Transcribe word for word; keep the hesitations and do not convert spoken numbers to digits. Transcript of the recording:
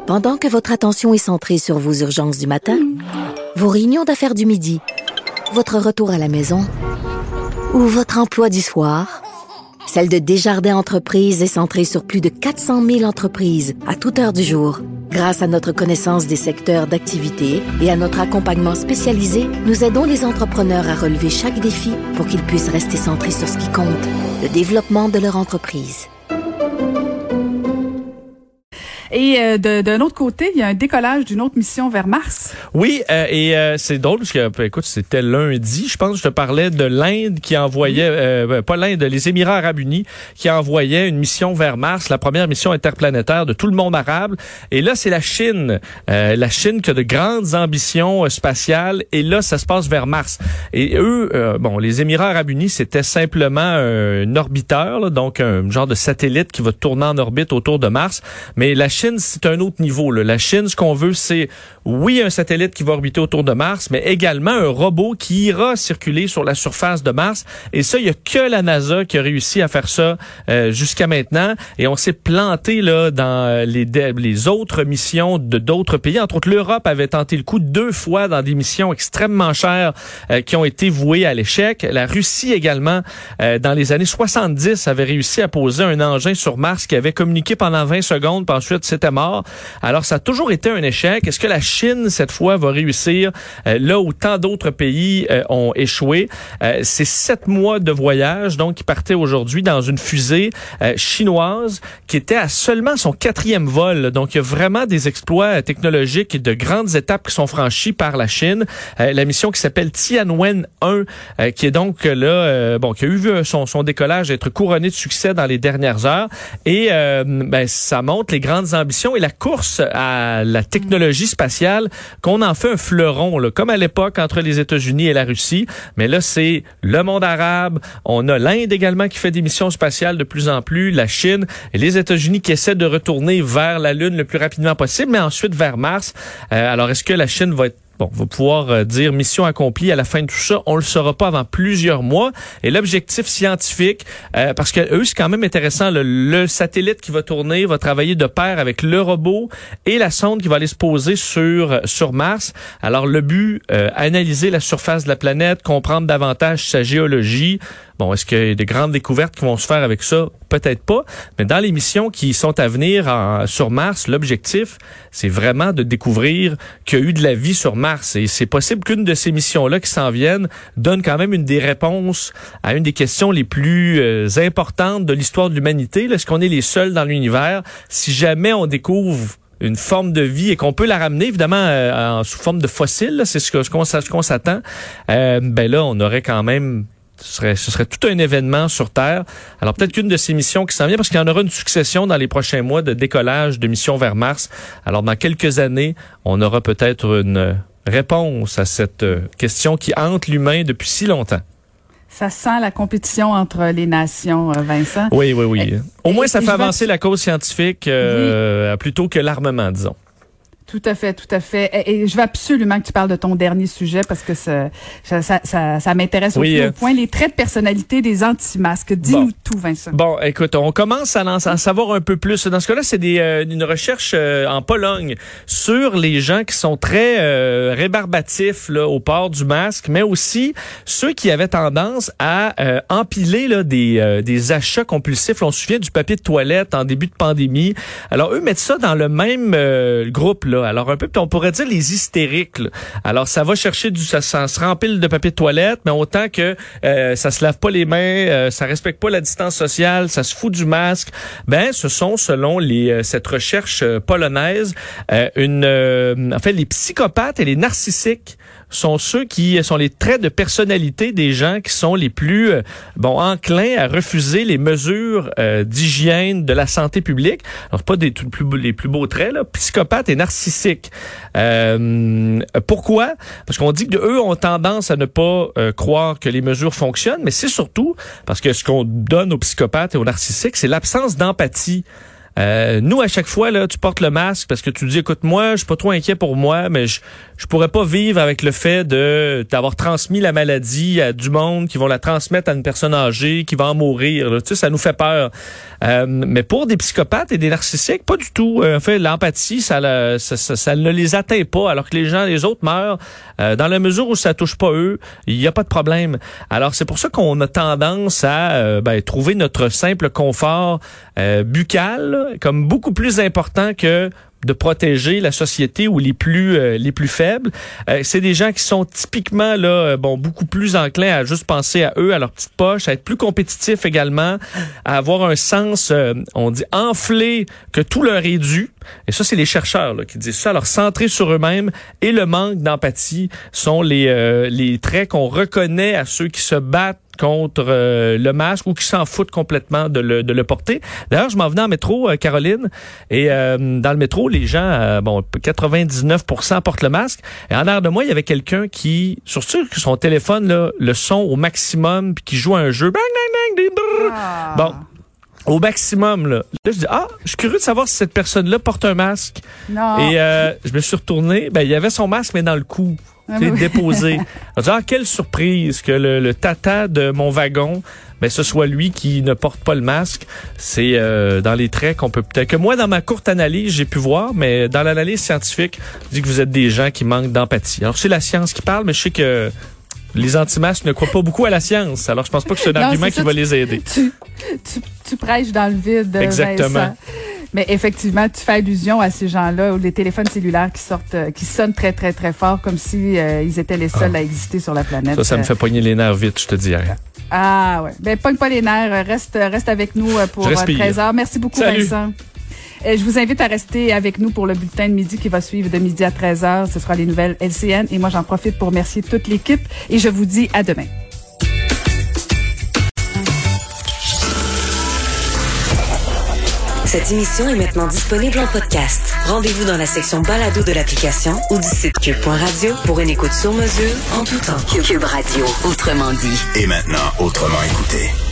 Pendant que votre attention est centrée sur vos urgences du matin, vos réunions d'affaires du midi, votre retour à la maison ou votre emploi du soir, celle de Desjardins Entreprises est centrée sur plus de quatre cent mille entreprises à toute heure du jour. Grâce à notre connaissance des secteurs d'activité et à notre accompagnement spécialisé, nous aidons les entrepreneurs à relever chaque défi pour qu'ils puissent rester centrés sur ce qui compte, le développement de leur entreprise. Et euh, de, d'un autre côté, il y a un décollage d'une autre mission vers Mars. Oui, euh, et euh, c'est drôle parce que, écoute, c'était lundi, je pense, je te parlais de l'Inde qui envoyait, euh, pas l'Inde, les Émirats arabes unis qui envoyaient une mission vers Mars, la première mission interplanétaire de tout le monde arabe. Et là, c'est la Chine, euh, la Chine qui a de grandes ambitions euh, spatiales. Et là, ça se passe vers Mars. Et eux, euh, bon, les Émirats arabes unis, c'était simplement euh, un orbiteur, là, donc un genre de satellite qui va tourner en orbite autour de Mars. Mais la Chine, c'est un autre niveau, là. La Chine, ce qu'on veut, c'est, oui, un satellite qui va orbiter autour de Mars, mais également un robot qui ira circuler sur la surface de Mars. Et ça, il y a que la NASA qui a réussi à faire ça euh, jusqu'à maintenant. Et on s'est planté là dans les, les autres missions de d'autres pays. Entre autres, l'Europe avait tenté le coup deux fois dans des missions extrêmement chères euh, qui ont été vouées à l'échec. La Russie également, euh, dans les années soixante-dix, avait réussi à poser un engin sur Mars qui avait communiqué pendant vingt secondes, puis ensuite c'était mort. Alors, ça a toujours été un échec. Est-ce que la Chine, cette fois, va réussir euh, là où tant d'autres pays euh, ont échoué? Euh, c'est sept mois de voyage, donc, qui partait aujourd'hui dans une fusée euh, chinoise qui était à seulement son quatrième vol. Donc, il y a vraiment des exploits technologiques et de grandes étapes qui sont franchies par la Chine. Euh, la mission qui s'appelle Tianwen un, euh, qui est donc là, euh, bon, qui a eu vu son, son décollage être couronné de succès dans les dernières heures. Et euh, ben, ça montre les grandes ambitions et la course à la technologie spatiale, qu'on en fait un fleuron, là, comme à l'époque entre les États-Unis et la Russie. Mais là, c'est le monde arabe. On a l'Inde également qui fait des missions spatiales de plus en plus, la Chine et les États-Unis qui essaient de retourner vers la Lune le plus rapidement possible, mais ensuite vers Mars. Euh, alors, est-ce que la Chine va être Bon, on va pouvoir euh, dire mission accomplie à la fin de tout ça. On le saura pas avant plusieurs mois. Et l'objectif scientifique, euh, parce que eux, c'est quand même intéressant, le, le satellite qui va tourner va travailler de pair avec le robot et la sonde qui va aller se poser sur sur Mars. Alors, le but, euh, analyser la surface de la planète, comprendre davantage sa géologie. Bon, est-ce qu'il y a des grandes découvertes qui vont se faire avec ça? Peut-être pas. Mais dans les missions qui sont à venir en, sur Mars, l'objectif, c'est vraiment de découvrir qu'il y a eu de la vie sur Mars. Et c'est possible qu'une de ces missions-là qui s'en viennent donne quand même une des réponses à une des questions les plus euh, importantes de l'histoire de l'humanité. Là, est-ce qu'on est les seuls dans l'univers? Si jamais on découvre une forme de vie et qu'on peut la ramener évidemment euh, en, sous forme de fossile, là, c'est ce, que, ce, qu'on, ce qu'on s'attend, euh, ben là, on aurait quand même... Ce serait, ce serait tout un événement sur Terre. Alors peut-être qu'une de ces missions qui s'en vient, parce qu'il y en aura une succession dans les prochains mois de décollage de missions vers Mars. Alors dans quelques années, on aura peut-être une réponse à cette question qui hante l'humain depuis si longtemps. Ça sent la compétition entre les nations, Vincent. Oui, oui, oui. Et, Au moins, ça fait avancer te... la cause scientifique euh, oui. plutôt que l'armement, disons. Tout à fait, tout à fait. Et, et je veux absolument que tu parles de ton dernier sujet parce que ça, ça, ça, ça, ça m'intéresse au oui, plus euh... haut point. Les traits de personnalité des anti-masques. Dis-nous bon. tout, Vincent. Bon, écoute, on commence à en savoir un peu plus. Dans ce cas-là, c'est des, euh, une recherche euh, en Pologne sur les gens qui sont très euh, rébarbatifs là, au port du masque, mais aussi ceux qui avaient tendance à euh, empiler là, des, euh, des achats compulsifs. Là, on se souvient du papier de toilette en début de pandémie. Alors, eux mettent ça dans le même euh, groupe, là. Alors un peu, on pourrait dire les hystériques. Là. Alors ça va chercher du, ça, ça se rempile de papier de toilette, mais autant que euh, ça se lave pas les mains, euh, ça respecte pas la distance sociale, ça se fout du masque. Ben, ce sont selon les euh, cette recherche euh, polonaise, euh, une, euh, en fait, les psychopathes et les narcissiques sont ceux qui sont les traits de personnalité des gens qui sont les plus euh, bon enclins à refuser les mesures euh, d'hygiène de la santé publique. Alors pas des tout, plus, les plus beaux traits là, psychopathes et narcissiques. Euh, pourquoi? Parce qu'on dit que eux ont tendance à ne pas euh, croire que les mesures fonctionnent, mais c'est surtout parce que ce qu'on donne aux psychopathes et aux narcissiques, c'est l'absence d'empathie. Euh, nous, à chaque fois, là, tu portes le masque parce que tu dis, écoute, moi, je suis pas trop inquiet pour moi, mais je, je pourrais pas vivre avec le fait de d'avoir transmis la maladie à du monde qui vont la transmettre à une personne âgée, qui va en mourir. Là. Tu sais, ça nous fait peur. Euh, mais pour des psychopathes et des narcissiques, pas du tout. Euh, en fait, l'empathie, ça, la, ça, ça, ça ne les atteint pas, alors que les gens, les autres meurent. Euh, dans la mesure où ça touche pas eux, il y a pas de problème. Alors, c'est pour ça qu'on a tendance à euh, ben, trouver notre simple confort euh, buccal là, comme beaucoup plus important que de protéger la société ou les plus euh, les plus faibles. Euh, c'est des gens qui sont typiquement là euh, bon beaucoup plus enclins à juste penser à eux, à leur petite poche, à être plus compétitifs également, à avoir un sens euh, on dit enflé que tout leur est dû. Et ça, c'est les chercheurs là, qui disent ça. Alors, centrés sur eux-mêmes et le manque d'empathie sont les euh, les traits qu'on reconnaît à ceux qui se battent contre euh, le masque ou qui s'en foutent complètement de le, de le porter. D'ailleurs, je m'en venais en métro, euh, Caroline, et euh, dans le métro, les gens, euh, bon, quatre-vingt-dix-neuf pour cent portent le masque. Et en arrière de moi, il y avait quelqu'un qui, sur son téléphone, là, le son au maximum, puis qui joue à un jeu. Bang, bang, bang, brrr. Ah. Bon. Au maximum, là. Là, je dis, ah, je suis curieux de savoir si cette personne-là porte un masque. Non. Et euh, je me suis retourné, ben, il y avait son masque, mais dans le cou. Ah, c'est oui. déposé. Je dis, ah, quelle surprise que le, le tata de mon wagon, ben, ce soit lui qui ne porte pas le masque. C'est euh, dans les traits qu'on peut peut-être... Que moi, dans ma courte analyse, j'ai pu voir, mais dans l'analyse scientifique, je dis que vous êtes des gens qui manquent d'empathie. Alors, c'est la science qui parle, mais je sais que les anti-masques ne croient pas beaucoup à la science. Alors, je pense pas que c'est un non, argument c'est ça, qui va tu, les aider. Tu, tu, tu prêches dans le vide, Exactement. Vincent. Mais effectivement, tu fais allusion à ces gens-là, ou les téléphones cellulaires qui sortent, euh, qui sonnent très, très, très fort, comme si euh, ils étaient les seuls ah. à exister sur la planète. Ça, ça me fait pogner les nerfs vite, je te dirais. Ah ouais. Ben, pogne pas les nerfs. Reste, reste avec nous pour treize heures. Merci beaucoup, Salut. Vincent. Je vous invite à rester avec nous pour le bulletin de midi qui va suivre de midi à treize heures. Ce sera les nouvelles L C N. Et moi, j'en profite pour remercier toute l'équipe. Et je vous dis à demain. Cette émission est maintenant disponible en podcast. Rendez-vous dans la section balado de l'application ou du site cube point radio pour une écoute sur mesure en tout temps. Cube Radio, autrement dit. Et maintenant, autrement écouté.